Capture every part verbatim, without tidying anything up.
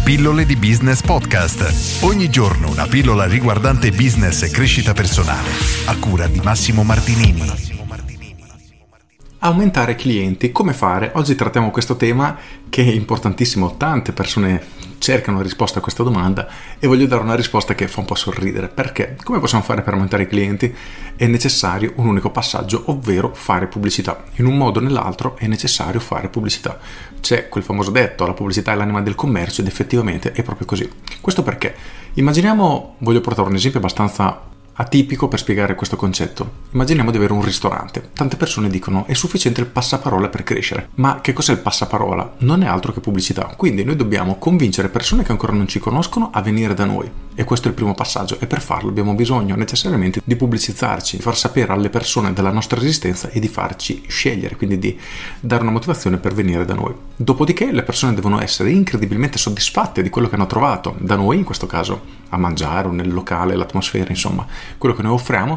Pillole di Business Podcast. Ogni giorno una pillola riguardante business e crescita personale. A cura di Massimo Martinini. Aumentare clienti, come fare? Oggi trattiamo questo tema che è importantissimo. Tante persone cercano una risposta a questa domanda e voglio dare una risposta che fa un po' sorridere. Perché? Come possiamo fare per aumentare i clienti? È necessario un unico passaggio, ovvero fare pubblicità. In un modo o nell'altro è necessario fare pubblicità. C'è quel famoso detto, la pubblicità è l'anima del commercio, ed effettivamente è proprio così. Questo perché? Immaginiamo, voglio portare un esempio abbastanza atipico per spiegare questo concetto. Immaginiamo di avere un ristorante. Tante persone dicono è sufficiente il passaparola per crescere. Ma che cos'è il passaparola? Non è altro che pubblicità. Quindi noi dobbiamo convincere persone che ancora non ci conoscono a venire da noi. E questo è il primo passaggio. E per farlo abbiamo bisogno necessariamente di pubblicizzarci, di far sapere alle persone della nostra esistenza e di farci scegliere, quindi di dare una motivazione per venire da noi. Dopodiché le persone devono essere incredibilmente soddisfatte di quello che hanno trovato da noi, in questo caso a mangiare o nel locale, l'atmosfera, insomma, quello che noi offriamo,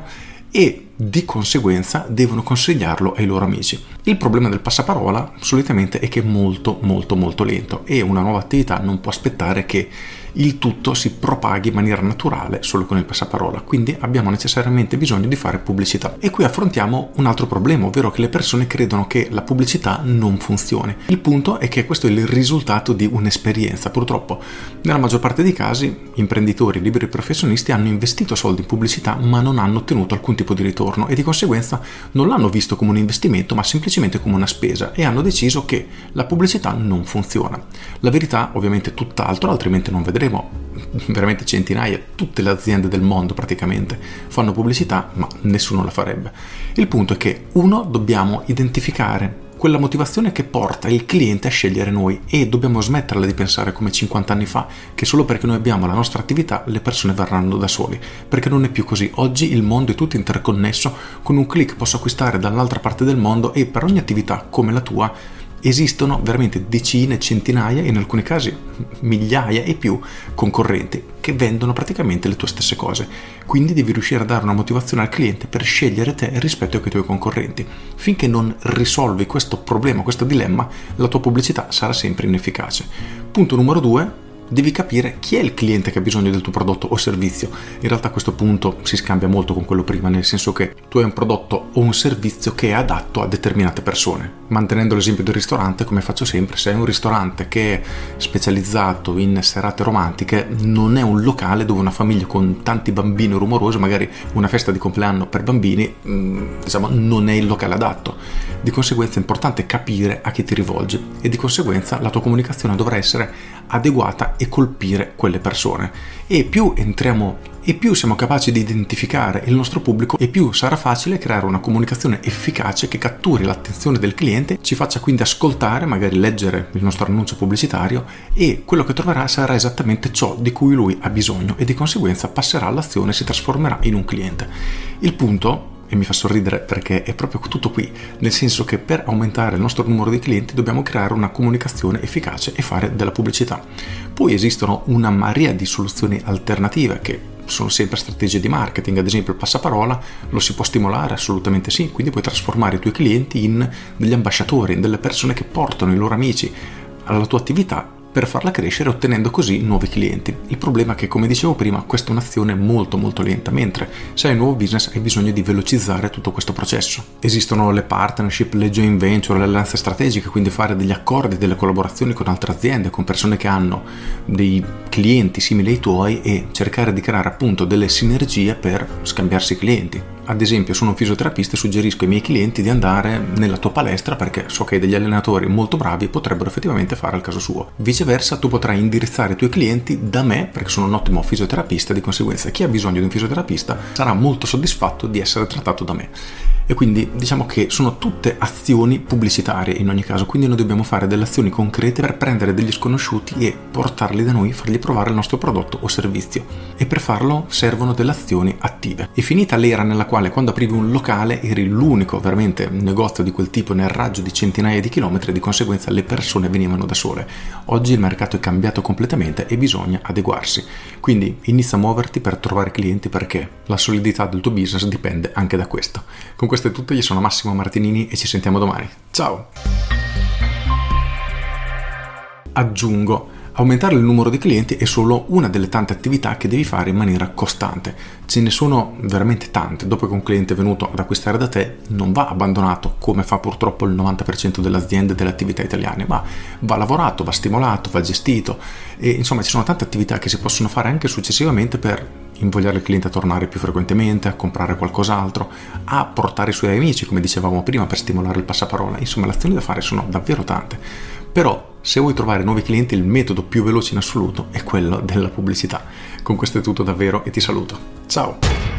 e di conseguenza devono consigliarlo ai loro amici. Il problema del passaparola solitamente è che è molto molto molto lento e una nuova attività non può aspettare che il tutto si propaghi in maniera naturale solo con il passaparola, quindi abbiamo necessariamente bisogno di fare pubblicità. E qui affrontiamo un altro problema, ovvero che le persone credono che la pubblicità non funzioni. Il punto è che questo è il risultato di un'esperienza. Purtroppo nella maggior parte dei casi imprenditori, liberi professionisti hanno investito soldi in pubblicità ma non hanno ottenuto alcun tipo di ritorno e di conseguenza non l'hanno visto come un investimento ma semplicemente come una spesa e hanno deciso che la pubblicità non funziona. La verità ovviamente è tutt'altro, altrimenti non vedremo veramente centinaia, tutte le aziende del mondo praticamente fanno pubblicità ma nessuno la farebbe. Il punto è che uno, dobbiamo identificare quella motivazione che porta il cliente a scegliere noi e dobbiamo smetterla di pensare come cinquanta anni fa che solo perché noi abbiamo la nostra attività le persone verranno da soli, perché non è più così. Oggi il mondo è tutto interconnesso, con un click posso acquistare dall'altra parte del mondo e per ogni attività come la tua esistono veramente decine, centinaia e in alcuni casi migliaia e più concorrenti che vendono praticamente le tue stesse cose. Quindi devi riuscire a dare una motivazione al cliente per scegliere te rispetto ai tuoi concorrenti. Finché non risolvi questo problema, questo dilemma, la tua pubblicità sarà sempre inefficace. Punto numero due. Devi capire chi è il cliente che ha bisogno del tuo prodotto o servizio. In realtà a questo punto si scambia molto con quello prima, nel senso che tu hai un prodotto o un servizio che è adatto a determinate persone. Mantenendo l'esempio del ristorante, come faccio sempre, se hai un ristorante che è specializzato in serate romantiche, non è un locale dove una famiglia con tanti bambini rumorosi, magari una festa di compleanno per bambini, diciamo, non è il locale adatto. Di conseguenza è importante capire a chi ti rivolgi e di conseguenza la tua comunicazione dovrà essere adeguata e colpire quelle persone. E più entriamo e più siamo capaci di identificare il nostro pubblico e più sarà facile creare una comunicazione efficace che catturi l'attenzione del cliente, ci faccia quindi ascoltare, magari leggere il nostro annuncio pubblicitario e quello che troverà sarà esattamente ciò di cui lui ha bisogno e di conseguenza passerà all'azione e si trasformerà in un cliente. Il punto, e mi fa sorridere perché è proprio tutto qui, nel senso che per aumentare il nostro numero di clienti dobbiamo creare una comunicazione efficace e fare della pubblicità. Poi esistono una marea di soluzioni alternative che sono sempre strategie di marketing, ad esempio il passaparola lo si può stimolare, assolutamente sì, quindi puoi trasformare i tuoi clienti in degli ambasciatori, in delle persone che portano i loro amici alla tua attività per farla crescere, ottenendo così nuovi clienti. Il problema è che, come dicevo prima, questa è un'azione molto molto lenta, mentre se hai un nuovo business hai bisogno di velocizzare tutto questo processo. Esistono le partnership, le joint venture, le alleanze strategiche, quindi fare degli accordi, delle collaborazioni con altre aziende, con persone che hanno dei clienti simili ai tuoi e cercare di creare appunto delle sinergie per scambiarsi clienti. Ad esempio, sono un fisioterapista e suggerisco ai miei clienti di andare nella tua palestra perché so che hai degli allenatori molto bravi e potrebbero effettivamente fare al caso suo. Viceversa, tu potrai indirizzare i tuoi clienti da me perché sono un ottimo fisioterapista, di conseguenza chi ha bisogno di un fisioterapista sarà molto soddisfatto di essere trattato da me. E quindi diciamo che sono tutte azioni pubblicitarie in ogni caso, quindi noi dobbiamo fare delle azioni concrete per prendere degli sconosciuti e portarli da noi, fargli provare il nostro prodotto o servizio. E per farlo servono delle azioni attive. È finita l'era nella quale quando aprivi un locale eri l'unico veramente negozio di quel tipo nel raggio di centinaia di chilometri e di conseguenza le persone venivano da sole. Oggi il mercato è cambiato completamente e bisogna adeguarsi. Quindi inizia a muoverti per trovare clienti perché la solidità del tuo business dipende anche da questo. Con questo è tutto, io sono Massimo Martinini e ci sentiamo domani. Ciao! Aggiungo, Aumentare il numero di clienti è solo una delle tante attività che devi fare in maniera costante. Ce ne sono veramente tante. Dopo che un cliente è venuto ad acquistare da te, non va abbandonato come fa purtroppo il novanta per cento delle aziende e delle attività italiane, ma va lavorato, va stimolato, va gestito. E insomma ci sono tante attività che si possono fare anche successivamente per invogliare il cliente a tornare più frequentemente, a comprare qualcos'altro, a portare i suoi amici, come dicevamo prima, per stimolare il passaparola. Insomma, le azioni da fare sono davvero tante. Però, se vuoi trovare nuovi clienti, il metodo più veloce in assoluto è quello della pubblicità. Con questo è tutto davvero e ti saluto. Ciao!